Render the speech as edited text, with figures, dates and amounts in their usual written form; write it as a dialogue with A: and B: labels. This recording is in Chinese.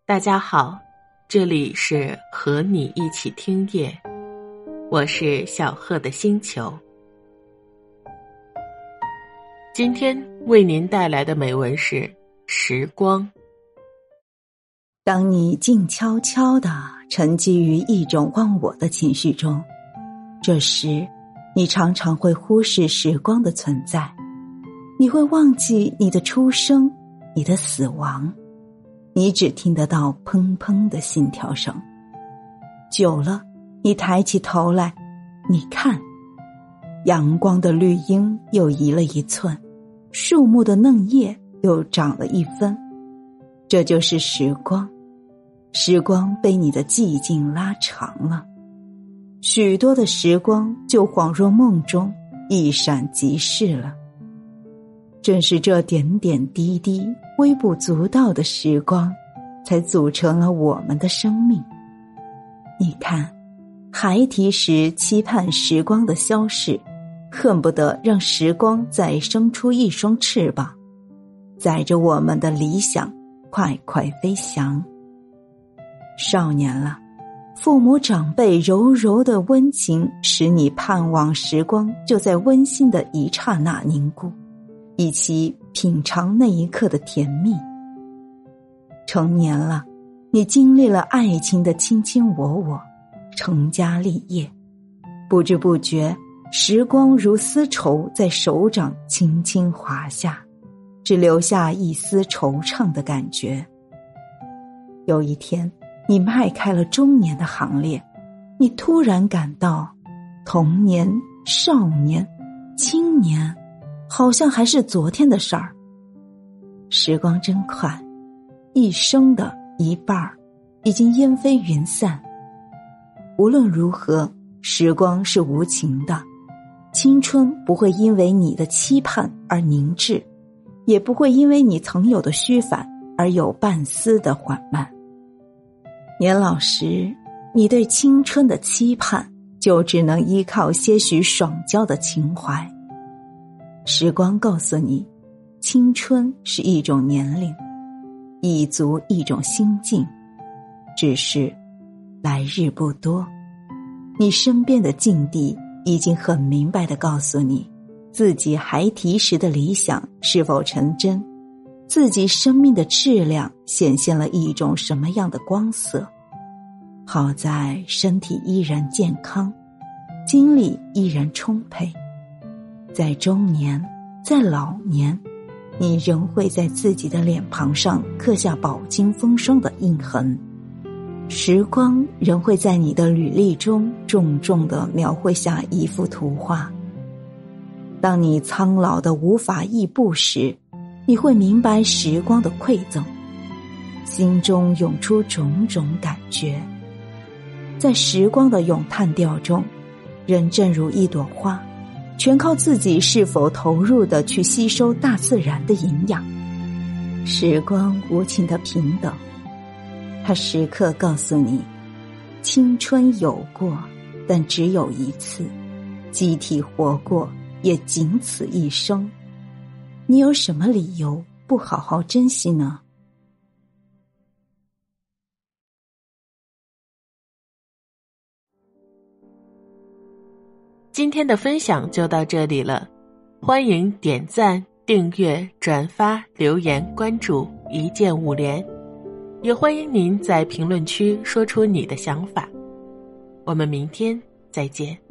A: 大家好，这里是和你一起听夜，我是小贺的星球。今天为您带来的美文是时光。
B: 当你静悄悄地沉积于一种忘我的情绪中，这时你常常会忽视时光的存在，你会忘记你的出生，你的死亡，你只听得到砰砰的心跳声。久了，你抬起头来，你看，阳光的绿荫又移了1寸，树木的嫩叶又长了1分。这就是时光，时光被你的寂静拉长了，许多的时光就恍若梦中，一闪即逝了。正是这点点滴滴微不足道的时光，才组成了我们的生命。你看，孩提时期盼时光的消逝，恨不得让时光再生出一双翅膀，载着我们的理想快快飞翔。少年了，父母长辈柔柔的温情，使你盼望时光就在温馨的一刹那凝固，一起品尝那一刻的甜蜜。成年了，你经历了爱情的卿卿我我，成家立业，不知不觉时光如丝绸在手掌轻轻滑下，只留下一丝惆怅的感觉。有一天，你迈开了中年的行列，你突然感到童年、少年、青年好像还是昨天的事儿。时光真快，一生的一半已经烟飞云散。无论如何，时光是无情的，青春不会因为你的期盼而凝滞，也不会因为你曾有的虚烦而有半丝的缓慢。年老时，你对青春的期盼就只能依靠些许爽交的情怀。时光告诉你，青春是一种年龄，已足一种心境，只是来日不多。你身边的境地已经很明白地告诉你，自己孩提时的理想是否成真，自己生命的质量显现了一种什么样的光色。好在身体依然健康，精力依然充沛。在中年，在老年，你仍会在自己的脸庞上刻下饱经风霜的印痕，时光仍会在你的履历中重重地描绘下一幅图画。当你苍老的无法亦步时，你会明白时光的馈赠，心中涌出种种感觉。在时光的咏叹调中，人正如一朵花，全靠自己是否投入地去吸收大自然的营养。时光无情的平等，它时刻告诉你，青春有过，但只有一次，机体活过，也仅此一生。你有什么理由不好好珍惜呢？
A: 今天的分享就到这里了，欢迎点赞、订阅、转发、留言、关注，一键5连。也欢迎您在评论区说出你的想法。我们明天再见。